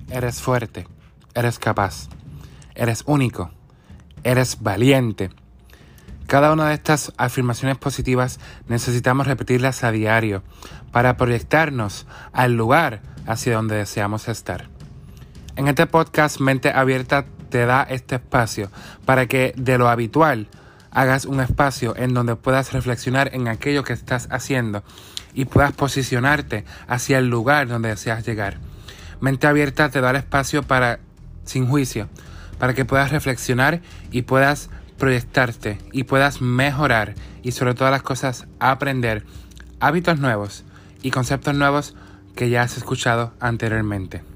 Eres fuerte, eres capaz, eres único, eres valiente. Cada una de estas afirmaciones positivas necesitamos repetirlas a diario para proyectarnos al lugar hacia donde deseamos estar. En este podcast Mente Abierta te da este espacio para que de lo habitual hagas un espacio en donde puedas reflexionar en aquello que estás haciendo y puedas posicionarte hacia el lugar donde deseas llegar. Mente Abierta te da el espacio sin juicio, para que puedas reflexionar y puedas proyectarte y puedas mejorar y sobre todas las cosas aprender hábitos nuevos y conceptos nuevos que ya has escuchado anteriormente.